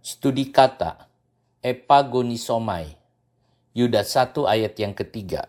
Studi kata, epagonisomai, Yudas 1 ayat yang ketiga.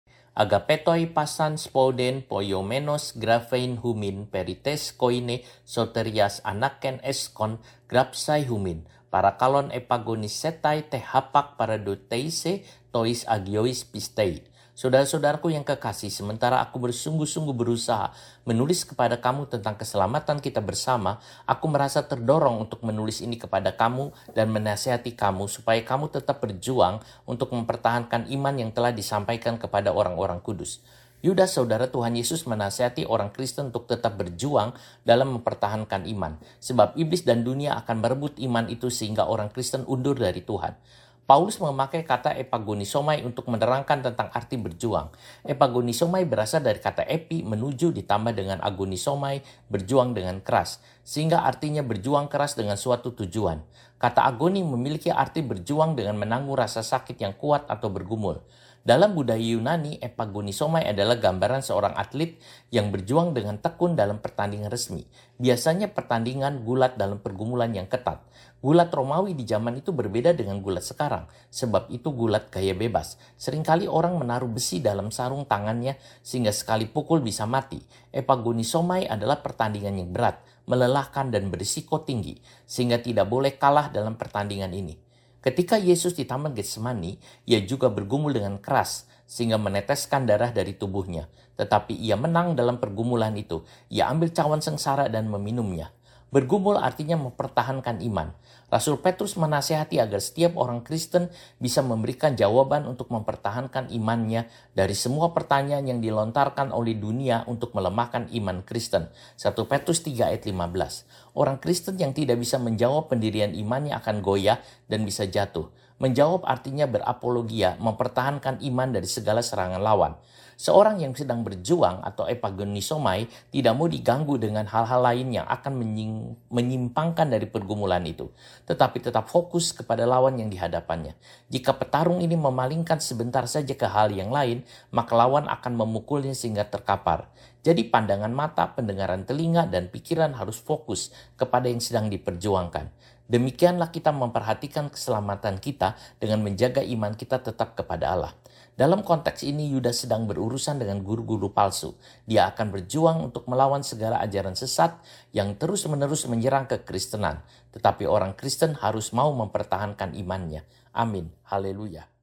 Agapetoi pasan spoden poiomenos graphein humin perites koine soterias anaken eskon grapsai humin, para kalon epagonis setai te hapak para doteise tois agiois pistei. Saudara-saudaraku yang kekasih, sementara aku bersungguh-sungguh berusaha menulis kepada kamu tentang keselamatan kita bersama, aku merasa terdorong untuk menulis ini kepada kamu dan menasihati kamu supaya kamu tetap berjuang untuk mempertahankan iman yang telah disampaikan kepada orang-orang kudus. Yudas, saudara Tuhan Yesus, menasihati orang Kristen untuk tetap berjuang dalam mempertahankan iman, sebab iblis dan dunia akan merebut iman itu sehingga orang Kristen undur dari Tuhan. Paulus memakai kata epagonisomai untuk menerangkan tentang arti berjuang. Epagonisomai berasal dari kata epi, menuju, ditambah dengan agonisomai, berjuang dengan keras, sehingga artinya berjuang keras dengan suatu tujuan. Kata agoni memiliki arti berjuang dengan menanggung rasa sakit yang kuat atau bergumul. Dalam budaya Yunani, epagonisomai adalah gambaran seorang atlet yang berjuang dengan tekun dalam pertandingan resmi. Biasanya pertandingan gulat dalam pergumulan yang ketat. Gulat Romawi di zaman itu berbeda dengan gulat sekarang, sebab itu gulat gaya bebas. Seringkali orang menaruh besi dalam sarung tangannya sehingga sekali pukul bisa mati. Epagonisomai adalah pertandingan yang berat, melelahkan dan berisiko tinggi, sehingga tidak boleh kalah dalam pertandingan ini. Ketika Yesus di Taman Getsemani, ia juga bergumul dengan keras sehingga meneteskan darah dari tubuhnya. Tetapi ia menang dalam pergumulan itu. Ia ambil cawan sengsara dan meminumnya. Bergumul artinya mempertahankan iman. Rasul Petrus menasihati agar setiap orang Kristen bisa memberikan jawaban untuk mempertahankan imannya dari semua pertanyaan yang dilontarkan oleh dunia untuk melemahkan iman Kristen. 1 Petrus 3 ayat 15. Orang Kristen yang tidak bisa menjawab pendirian imannya akan goyah dan bisa jatuh. Menjawab artinya berapologia, mempertahankan iman dari segala serangan lawan. Seorang yang sedang berjuang atau epagonisomai tidak mau diganggu dengan hal-hal lain yang akan menyimpangkan dari pergumulan itu, tetapi tetap fokus kepada lawan yang dihadapannya. Jika petarung ini memalingkan sebentar saja ke hal yang lain, maka lawan akan memukulnya sehingga terkapar. Jadi pandangan mata, pendengaran telinga, dan pikiran harus fokus kepada yang sedang diperjuangkan. Demikianlah kita memperhatikan keselamatan kita dengan menjaga iman kita tetap kepada Allah. Dalam konteks ini, Yudas sedang berurusan dengan guru-guru palsu. Dia akan berjuang untuk melawan segala ajaran sesat yang terus-menerus menyerang kekristenan. Tetapi orang Kristen harus mau mempertahankan imannya. Amin. Haleluya.